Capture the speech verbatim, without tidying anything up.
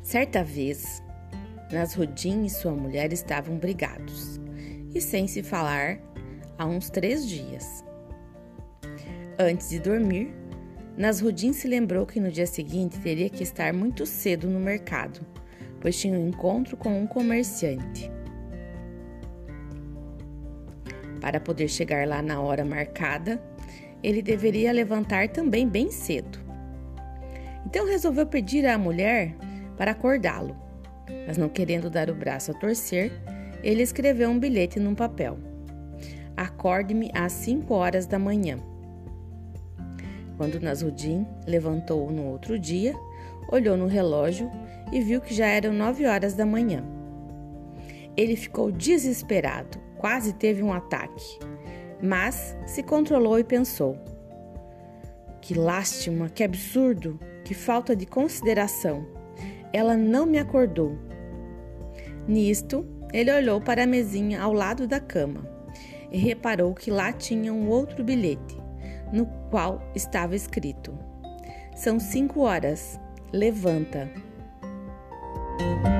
Certa vez, Nasrudin e sua mulher estavam brigados e sem se falar há uns três dias. Antes de dormir, Nasrudin se lembrou que no dia seguinte teria que estar muito cedo no mercado, pois tinha um encontro com um comerciante. Para poder chegar lá na hora marcada, ele deveria levantar também bem cedo. Então resolveu pedir à mulher para acordá-lo, mas não querendo dar o braço a torcer, ele escreveu um bilhete num papel. Acorde-me às cinco horas da manhã. Quando Nasrudin levantou no outro dia, olhou no relógio e viu que já eram nove horas da manhã. Ele ficou desesperado, quase teve um ataque, mas se controlou e pensou: que lástima, que absurdo, que falta de consideração. Ela não me acordou. Nisto, ele olhou para a mesinha ao lado da cama e reparou que lá tinha um outro bilhete, no qual estava escrito: são cinco horas, levanta.